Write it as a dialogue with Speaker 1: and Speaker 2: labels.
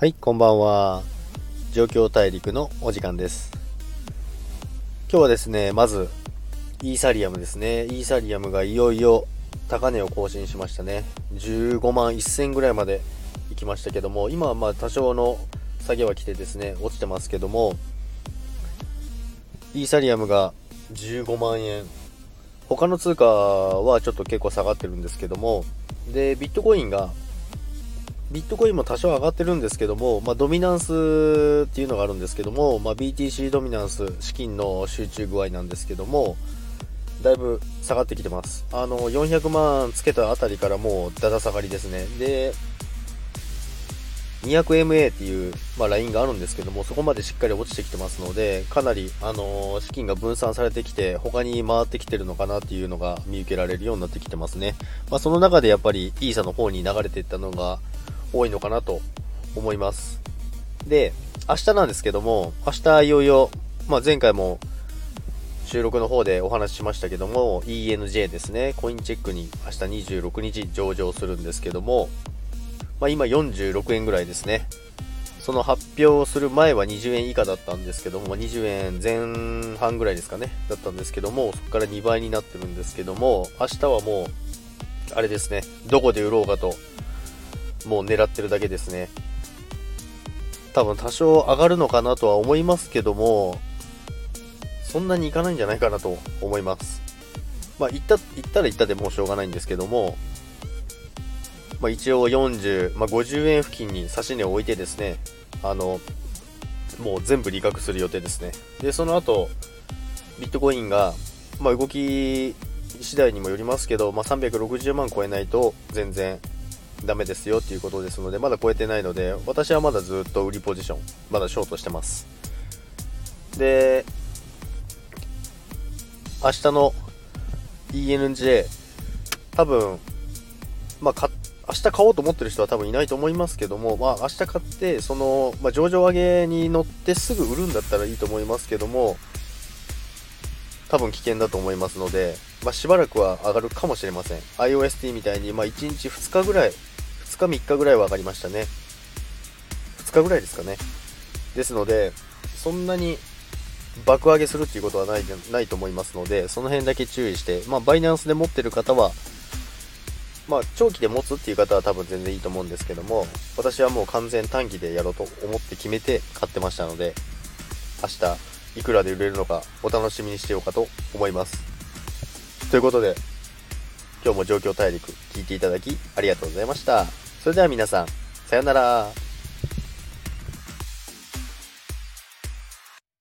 Speaker 1: はい、こんばんは。状況大陸のお時間です。今日はですね、まず、イーサリアムですね。イーサリアムがいよいよ高値を更新しましたね。15万1000ぐらいまで行きましたけども、今はまあ多少の下げは来てですね、落ちてますけども、イーサリアムが15万円。他の通貨はちょっと結構下がってるんですけども、で、ビットコインも多少上がってるんですけども、ドミナンスっていうのがあるんですけども、BTC ドミナンス、資金の集中具合なんですけども、だいぶ下がってきてます。400万つけたあたりからもうだだ下がりですね。で、200MA っていう、ラインがあるんですけども、そこまでしっかり落ちてきてますので、かなり、資金が分散されてきて、他に回ってきてるのかなっていうのが見受けられるようになってきてますね。その中でやっぱりイーサの方に流れていったのが多いのかなと思います。で、明日なんですけども、明日いよいよ、前回も収録の方でお話ししましたけども、ENJ ですね、コインチェックに明日26日上場するんですけども、今46円ぐらいですね。その発表する前は20円以下だったんですけども、20円前半ぐらいですかね、だったんですけども、そこから2倍になってるんですけども、明日はもう、あれですね、どこで売ろうかと、もう狙ってるだけですね。多分多少上がるのかなとは思いますけども、そんなにいかないんじゃないかなと思います。行ったら行ったでもうしょうがないんですけども、一応40、50円付近に指値を置いてですね、もう全部利確する予定ですね。で、その後、ビットコインが、動き次第にもよりますけど、360万超えないと全然ダメですよっていうことですので、まだ超えてないので、私はまだずっと売りポジション、まだショートしてます。で、明日の ENJ、多分、明日買おうと思ってる人は多分いないと思いますけども、明日買って、その、上場上げに乗ってすぐ売るんだったらいいと思いますけども、多分危険だと思いますので、しばらくは上がるかもしれません。IOST みたいに、1日2日ぐらい、2日3日ぐらいは上がりましたね。2日ぐらいですかね。ですので、そんなに爆上げするっていうことはないと思いますので、その辺だけ注意して、バイナンスで持ってる方は、長期で持つっていう方は多分全然いいと思うんですけども、私はもう完全短期でやろうと思って決めて買ってましたので、明日いくらで売れるのかお楽しみにしてようかと思います。ということで、今日も状況大陸聞いていただきありがとうございました。それでは皆さん、さよなら。